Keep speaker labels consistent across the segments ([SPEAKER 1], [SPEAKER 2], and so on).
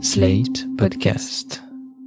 [SPEAKER 1] Slate Podcast.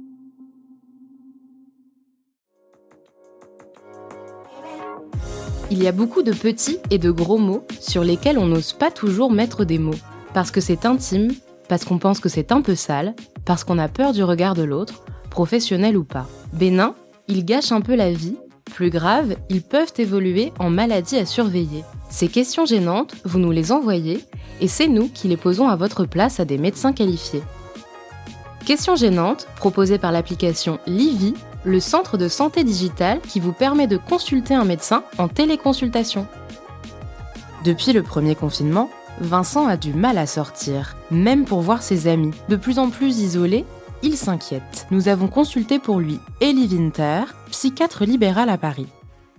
[SPEAKER 2] Il y a beaucoup de petits et de gros mots sur lesquels on n'ose pas toujours mettre des mots. Parce que c'est intime, parce qu'on pense que c'est un peu sale, parce qu'on a peur du regard de l'autre, professionnel ou pas. Bénin, ils gâchent un peu la vie. Plus grave, ils peuvent évoluer en maladie à surveiller. Ces questions gênantes, vous nous les envoyez, et c'est nous qui les posons à votre place à des médecins qualifiés. Questions gênantes, proposées par l'application Livy, le centre de santé digitale qui vous permet de consulter un médecin en téléconsultation. Depuis le premier confinement, Vincent a du mal à sortir, même pour voir ses amis. De plus en plus isolé, il s'inquiète. Nous avons consulté pour lui Elie Winter, psychiatre libéral à Paris.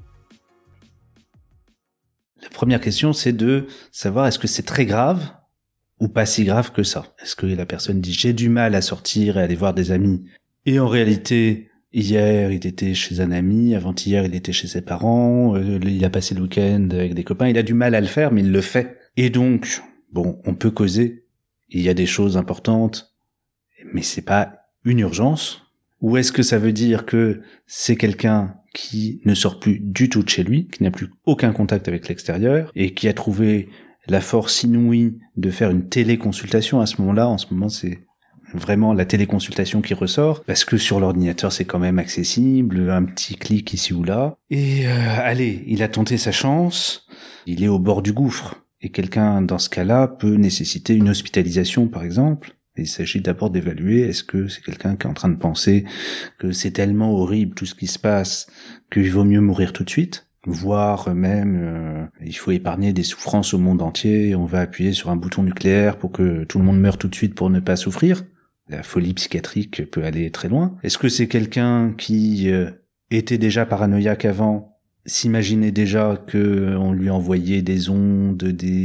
[SPEAKER 3] La première question, c'est de savoir est-ce que c'est très grave ou pas si grave que ça. Est-ce que la personne dit « j'ai du mal à sortir et aller voir des amis » et en réalité, hier, il était chez un ami, avant-hier, il était chez ses parents, il a passé le week-end avec des copains, il a du mal à le faire, mais il le fait. Et donc, bon, on peut causer, il y a des choses importantes, mais c'est pas une urgence. Ou est-ce que ça veut dire que c'est quelqu'un qui ne sort plus du tout de chez lui, qui n'a plus aucun contact avec l'extérieur, et qui a trouvé la force inouïe de faire une téléconsultation à ce moment-là? En ce moment, c'est vraiment la téléconsultation qui ressort, parce que sur l'ordinateur, c'est quand même accessible, un petit clic ici ou là. Et allez, il a tenté sa chance, il est au bord du gouffre. Et quelqu'un, dans ce cas-là, peut nécessiter une hospitalisation, par exemple. Il s'agit d'abord d'évaluer, est-ce que c'est quelqu'un qui est en train de penser que c'est tellement horrible tout ce qui se passe qu'il vaut mieux mourir tout de suite, voire même il faut épargner des souffrances au monde entier, on va appuyer sur un bouton nucléaire pour que tout le monde meure tout de suite pour ne pas souffrir. La folie psychiatrique peut aller très loin. Est-ce que c'est quelqu'un qui était déjà paranoïaque avant, s'imaginait déjà que on lui envoyait des ondes,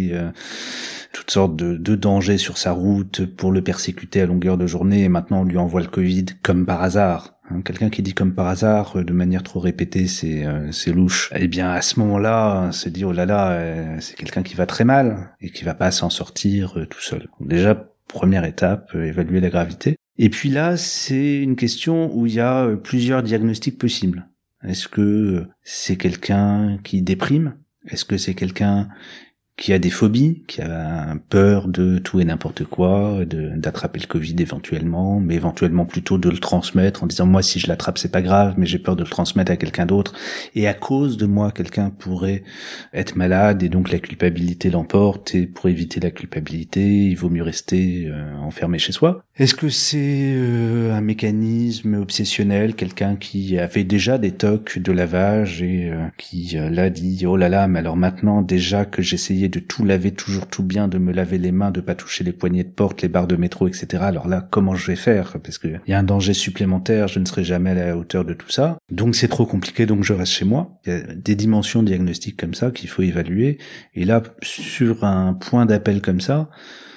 [SPEAKER 3] toutes sortes de dangers sur sa route pour le persécuter à longueur de journée, et maintenant on lui envoie le Covid comme par hasard. Quelqu'un qui dit comme par hasard de manière trop répétée, c'est louche. Eh bien à ce moment-là, se dit oh là là, c'est quelqu'un qui va très mal et qui va pas s'en sortir tout seul. Donc, déjà, première étape, évaluer la gravité. Et puis là, c'est une question où il y a plusieurs diagnostics possibles. Est-ce que c'est quelqu'un qui déprime? Est-ce que c'est quelqu'un qui a des phobies, qui a peur de tout et n'importe quoi, d'attraper le Covid éventuellement, mais éventuellement plutôt de le transmettre en disant moi si je l'attrape c'est pas grave, mais j'ai peur de le transmettre à quelqu'un d'autre, et à cause de moi quelqu'un pourrait être malade et donc la culpabilité l'emporte, et pour éviter la culpabilité il vaut mieux rester enfermé chez soi. Est-ce que c'est un mécanisme obsessionnel, quelqu'un qui avait déjà des tocs de lavage et qui là dit oh là là, mais alors maintenant déjà que j'essayais de tout laver, toujours tout bien, de me laver les mains, de pas toucher les poignées de porte, les barres de métro, etc. Alors là, comment je vais faire? Parce que il y a un danger supplémentaire, je ne serai jamais à la hauteur de tout ça. Donc c'est trop compliqué, donc je reste chez moi. Il y a des dimensions diagnostiques comme ça qu'il faut évaluer. Et là, sur un point d'appel comme ça,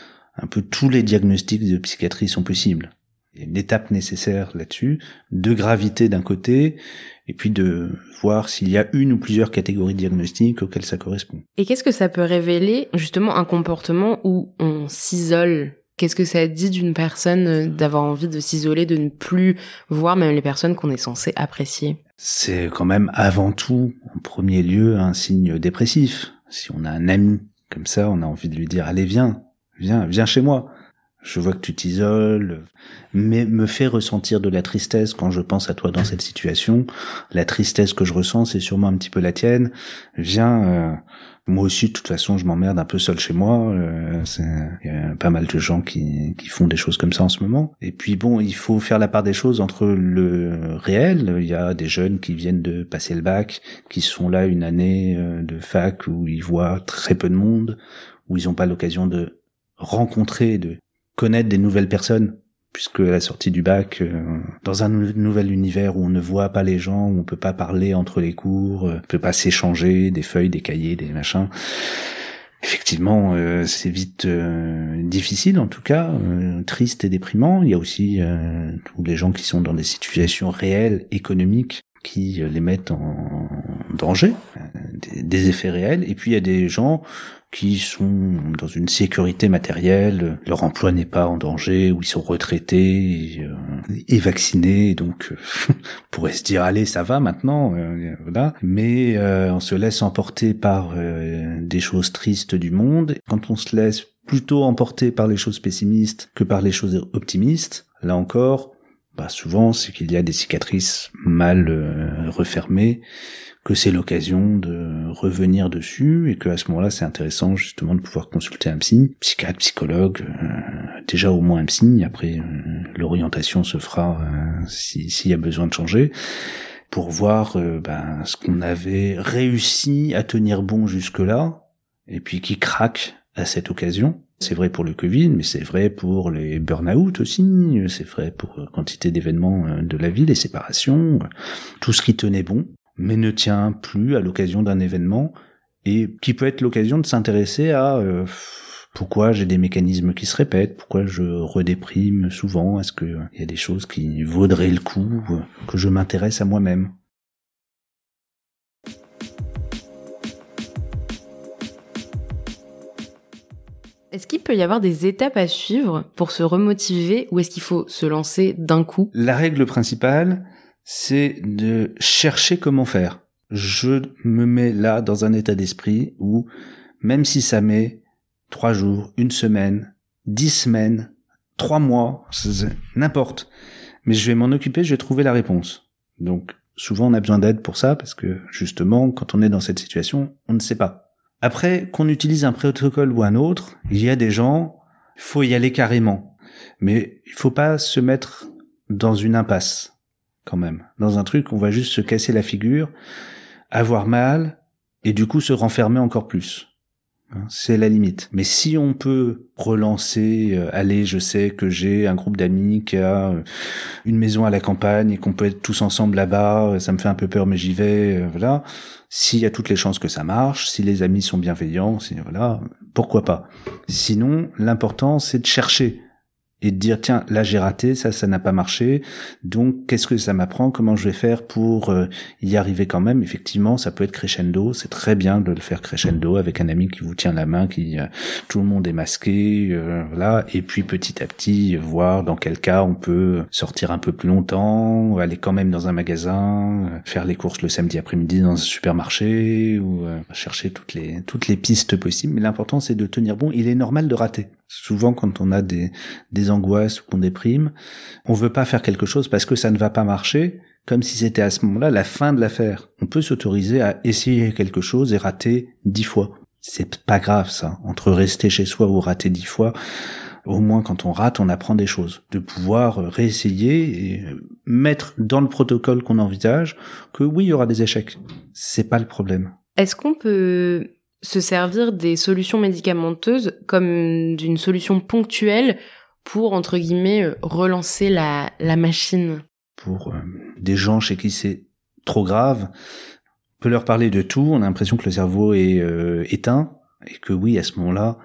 [SPEAKER 3] un peu tous les diagnostics de psychiatrie sont possibles. Il y a une étape nécessaire là-dessus, de gravité d'un côté, et puis de voir s'il y a une ou plusieurs catégories diagnostiques auxquelles ça correspond.
[SPEAKER 2] Et qu'est-ce que ça peut révéler, justement, un comportement où on s'isole? Qu'est-ce que ça dit d'une personne d'avoir envie de s'isoler, de ne plus voir même les personnes qu'on est censé apprécier?
[SPEAKER 3] C'est quand même avant tout, en premier lieu, un signe dépressif. Si on a un ami comme ça, on a envie de lui dire « Allez, viens chez moi ». Je vois que tu t'isoles, mais me fais ressentir de la tristesse quand je pense à toi dans cette situation. La tristesse que je ressens, c'est sûrement un petit peu la tienne. Viens, moi aussi, de toute façon, je m'emmerde un peu seul chez moi. Il y a pas mal de gens qui font des choses comme ça en ce moment. Et puis bon, il faut faire la part des choses entre le réel. Il y a des jeunes qui viennent de passer le bac, qui sont là une année de fac où ils voient très peu de monde, où ils n'ont pas l'occasion de rencontrer, de connaître des nouvelles personnes, puisque à la sortie du bac, dans un nouvel univers où on ne voit pas les gens, où on peut pas parler entre les cours, on peut pas s'échanger des feuilles, des cahiers, des machins. Effectivement, c'est vite difficile, en tout cas, triste et déprimant. Il y a aussi tous les gens qui sont dans des situations réelles, économiques, qui les mettent en danger, des effets réels. Et puis il y a des gens qui sont dans une sécurité matérielle, leur emploi n'est pas en danger, ou ils sont retraités et vaccinés, donc on pourrait se dire allez ça va maintenant, voilà. Mais on se laisse emporter par des choses tristes du monde. Quand on se laisse plutôt emporter par les choses pessimistes que par les choses optimistes, là encore, souvent c'est qu'il y a des cicatrices mal refermées, que c'est l'occasion de revenir dessus, et que à ce moment-là c'est intéressant justement de pouvoir consulter un psychiatre, psychologue, déjà au moins un psy, après l'orientation se fera s'il y a besoin de changer, pour voir ce qu'on avait réussi à tenir bon jusque-là, et puis qui craque à cette occasion. C'est vrai pour le Covid, mais c'est vrai pour les burn-out aussi, c'est vrai pour quantité d'événements de la vie, les séparations, tout ce qui tenait bon, mais ne tient plus à l'occasion d'un événement, et qui peut être l'occasion de s'intéresser à pourquoi j'ai des mécanismes qui se répètent, pourquoi je redéprime souvent, est-ce qu'il y a des choses qui vaudraient le coup, que je m'intéresse à moi-même.
[SPEAKER 2] Est-ce qu'il peut y avoir des étapes à suivre pour se remotiver, ou est-ce qu'il faut se lancer d'un coup ?
[SPEAKER 3] La règle principale, c'est de chercher comment faire. Je me mets là dans un état d'esprit où, même si ça met 3 jours, 1 semaine, 10 semaines, 3 mois, n'importe, mais je vais m'en occuper, je vais trouver la réponse. Donc, souvent on a besoin d'aide pour ça, parce que justement, quand on est dans cette situation, on ne sait pas. Après, qu'on utilise un protocole ou un autre, il y a des gens, il faut y aller carrément. Mais il faut pas se mettre dans une impasse, quand même. Dans un truc, on va juste se casser la figure, avoir mal, et du coup se renfermer encore plus. C'est la limite. Mais si on peut relancer, allez, je sais que j'ai un groupe d'amis qui a une maison à la campagne et qu'on peut être tous ensemble là-bas, ça me fait un peu peur mais j'y vais, voilà. S'il y a toutes les chances que ça marche, si les amis sont bienveillants, voilà, pourquoi pas. Sinon, l'important c'est de chercher et de dire tiens, là j'ai raté, ça n'a pas marché, donc qu'est-ce que ça m'apprend, comment je vais faire pour y arriver quand même. Effectivement, ça peut être crescendo, c'est très bien de le faire crescendo avec un ami qui vous tient la main, qui tout le monde est masqué, voilà, et puis petit à petit voir dans quel cas on peut sortir un peu plus longtemps, aller quand même dans un magasin, faire les courses le samedi après-midi dans un supermarché, ou chercher toutes les pistes possibles. Mais l'important c'est de tenir bon. Il est normal de rater. Souvent, quand on a des angoisses ou qu'on déprime, on veut pas faire quelque chose parce que ça ne va pas marcher, comme si c'était à ce moment-là la fin de l'affaire. On peut s'autoriser à essayer quelque chose et rater 10 fois. C'est pas grave, ça. Entre rester chez soi ou rater 10 fois, au moins quand on rate, on apprend des choses. De pouvoir réessayer et mettre dans le protocole qu'on envisage que oui, il y aura des échecs. C'est pas le problème.
[SPEAKER 2] Est-ce qu'on peut se servir des solutions médicamenteuses comme d'une solution ponctuelle pour, entre guillemets, relancer la machine ?
[SPEAKER 3] Pour des gens chez qui c'est trop grave, on peut leur parler de tout, on a l'impression que le cerveau est éteint, et que oui, à ce moment-là,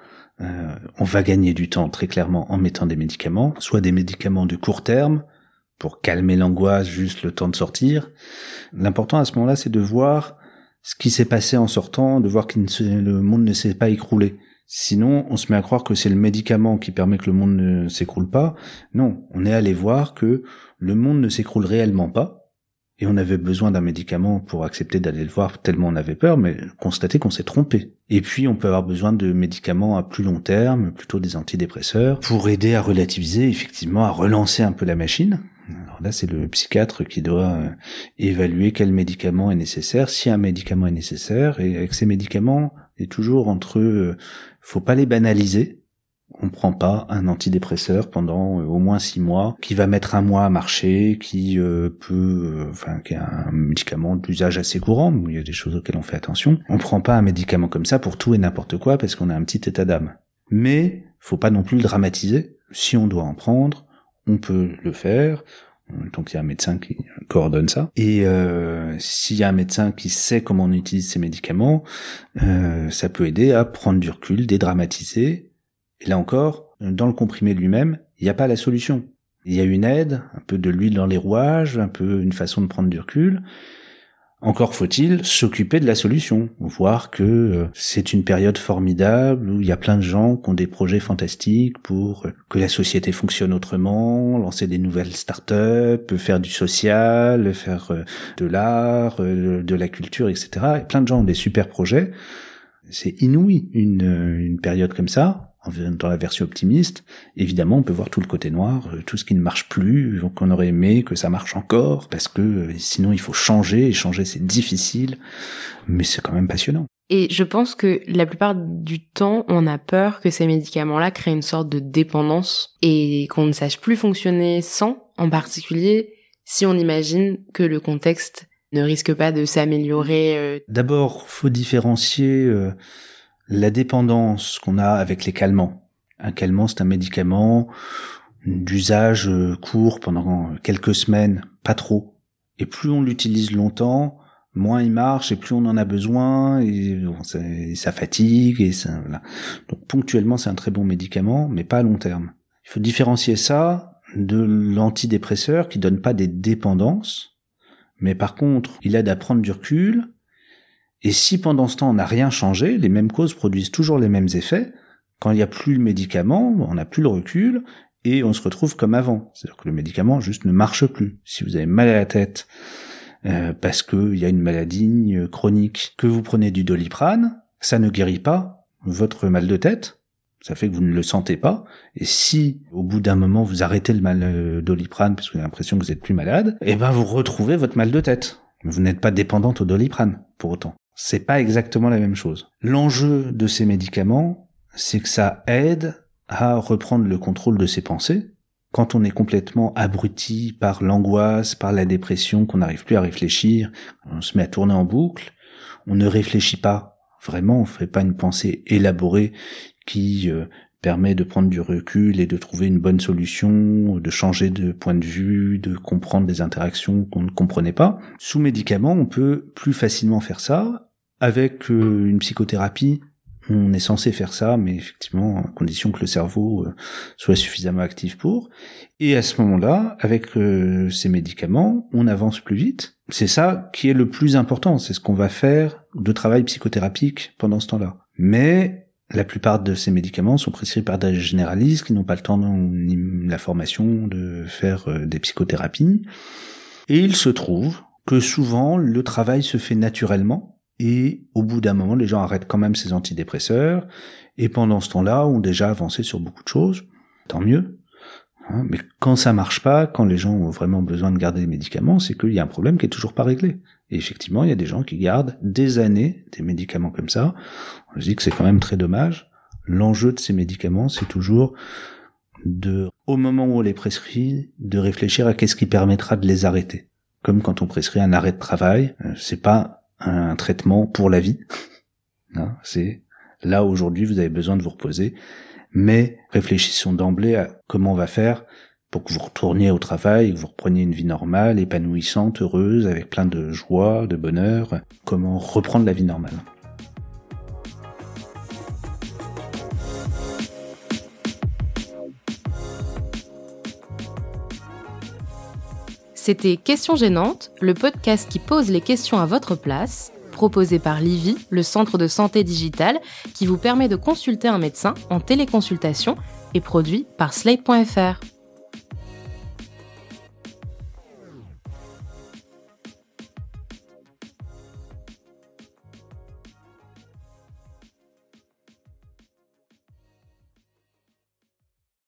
[SPEAKER 3] on va gagner du temps très clairement en mettant des médicaments, soit des médicaments de court terme, pour calmer l'angoisse, juste le temps de sortir. L'important à ce moment-là, c'est de voir ce qui s'est passé en sortant, de voir que le monde ne s'est pas écroulé. Sinon, on se met à croire que c'est le médicament qui permet que le monde ne s'écroule pas. Non, on est allé voir que le monde ne s'écroule réellement pas, et on avait besoin d'un médicament pour accepter d'aller le voir tellement on avait peur, mais constater qu'on s'est trompé. Et puis, on peut avoir besoin de médicaments à plus long terme, plutôt des antidépresseurs, pour aider à relativiser, effectivement, à relancer un peu la machine. Alors là, c'est le psychiatre qui doit évaluer quel médicament est nécessaire, si un médicament est nécessaire, et avec ces médicaments, il y a toujours entre eux, faut pas les banaliser. On prend pas un antidépresseur pendant au moins 6 mois, qui va mettre 1 mois à marcher, qui qui est un médicament d'usage assez courant, où il y a des choses auxquelles on fait attention. On prend pas un médicament comme ça pour tout et n'importe quoi, parce qu'on a un petit état d'âme. Mais, faut pas non plus le dramatiser. Si on doit en prendre, on peut le faire, donc il y a un médecin qui coordonne ça, et s'il y a un médecin qui sait comment on utilise ces médicaments, ça peut aider à prendre du recul, dédramatiser, et là encore, dans le comprimé lui-même, il n'y a pas la solution. Il y a une aide, un peu de l'huile dans les rouages, un peu une façon de prendre du recul. Encore faut-il s'occuper de la solution, voir que c'est une période formidable où il y a plein de gens qui ont des projets fantastiques pour que la société fonctionne autrement, lancer des nouvelles startups, faire du social, faire de l'art, de la culture, etc. Et plein de gens ont des super projets. C'est inouï, une période comme ça. Dans la version optimiste, évidemment, on peut voir tout le côté noir, tout ce qui ne marche plus, qu'on aurait aimé que ça marche encore, parce que sinon il faut changer, et changer c'est difficile, mais c'est quand même passionnant.
[SPEAKER 2] Et je pense que la plupart du temps, on a peur que ces médicaments-là créent une sorte de dépendance et qu'on ne sache plus fonctionner sans, en particulier si on imagine que le contexte ne risque pas de s'améliorer.
[SPEAKER 3] D'abord, faut différencier la dépendance qu'on a avec les calmants. Un calmant, c'est un médicament d'usage court pendant quelques semaines, pas trop. Et plus on l'utilise longtemps, moins il marche et plus on en a besoin et ça fatigue et ça, voilà. Donc ponctuellement, c'est un très bon médicament, mais pas à long terme. Il faut différencier ça de l'antidépresseur qui donne pas des dépendances, mais par contre, il aide à prendre du recul. Et si pendant ce temps on n'a rien changé, les mêmes causes produisent toujours les mêmes effets, quand il n'y a plus le médicament, on n'a plus le recul, et on se retrouve comme avant. C'est-à-dire que le médicament juste ne marche plus. Si vous avez mal à la tête, parce qu'il y a une maladie chronique, que vous prenez du Doliprane, ça ne guérit pas votre mal de tête, ça fait que vous ne le sentez pas, et si au bout d'un moment vous arrêtez le Doliprane parce que vous avez l'impression que vous êtes plus malade, et ben vous retrouvez votre mal de tête. Vous n'êtes pas dépendante au Doliprane, pour autant. C'est pas exactement la même chose. L'enjeu de ces médicaments, c'est que ça aide à reprendre le contrôle de ses pensées. Quand on est complètement abruti par l'angoisse, par la dépression, qu'on n'arrive plus à réfléchir, on se met à tourner en boucle, on ne réfléchit pas. Vraiment, on fait pas une pensée élaborée qui permet de prendre du recul et de trouver une bonne solution, de changer de point de vue, de comprendre des interactions qu'on ne comprenait pas. Sous médicaments, on peut plus facilement faire ça. Avec une psychothérapie, on est censé faire ça, mais effectivement, à condition que le cerveau soit suffisamment actif pour. Et à ce moment-là, avec ces médicaments, on avance plus vite. C'est ça qui est le plus important, c'est ce qu'on va faire de travail psychothérapique pendant ce temps-là. Mais la plupart de ces médicaments sont prescrits par des généralistes qui n'ont pas le temps ni la formation de faire des psychothérapies. Et il se trouve que souvent, le travail se fait naturellement. Et au bout d'un moment, les gens arrêtent quand même ces antidépresseurs. Et pendant ce temps-là, ont déjà avancé sur beaucoup de choses. Tant mieux. Mais quand ça marche pas, quand les gens ont vraiment besoin de garder les médicaments, c'est qu'il y a un problème qui est toujours pas réglé. Et effectivement, il y a des gens qui gardent des années des médicaments comme ça. On se dit que c'est quand même très dommage. L'enjeu de ces médicaments, c'est toujours au moment où on les prescrit, de réfléchir à qu'est-ce qui permettra de les arrêter. Comme quand on prescrit un arrêt de travail, c'est pas un traitement pour la vie. C'est là aujourd'hui vous avez besoin de vous reposer, mais réfléchissons d'emblée à comment on va faire pour que vous retourniez au travail et que vous repreniez une vie normale, épanouissante, heureuse, avec plein de joie, de bonheur. Comment reprendre la vie normale.
[SPEAKER 2] C'était Questions gênantes, le podcast qui pose les questions à votre place, proposé par Livy, le centre de santé digitale, qui vous permet de consulter un médecin en téléconsultation et produit par Slate.fr.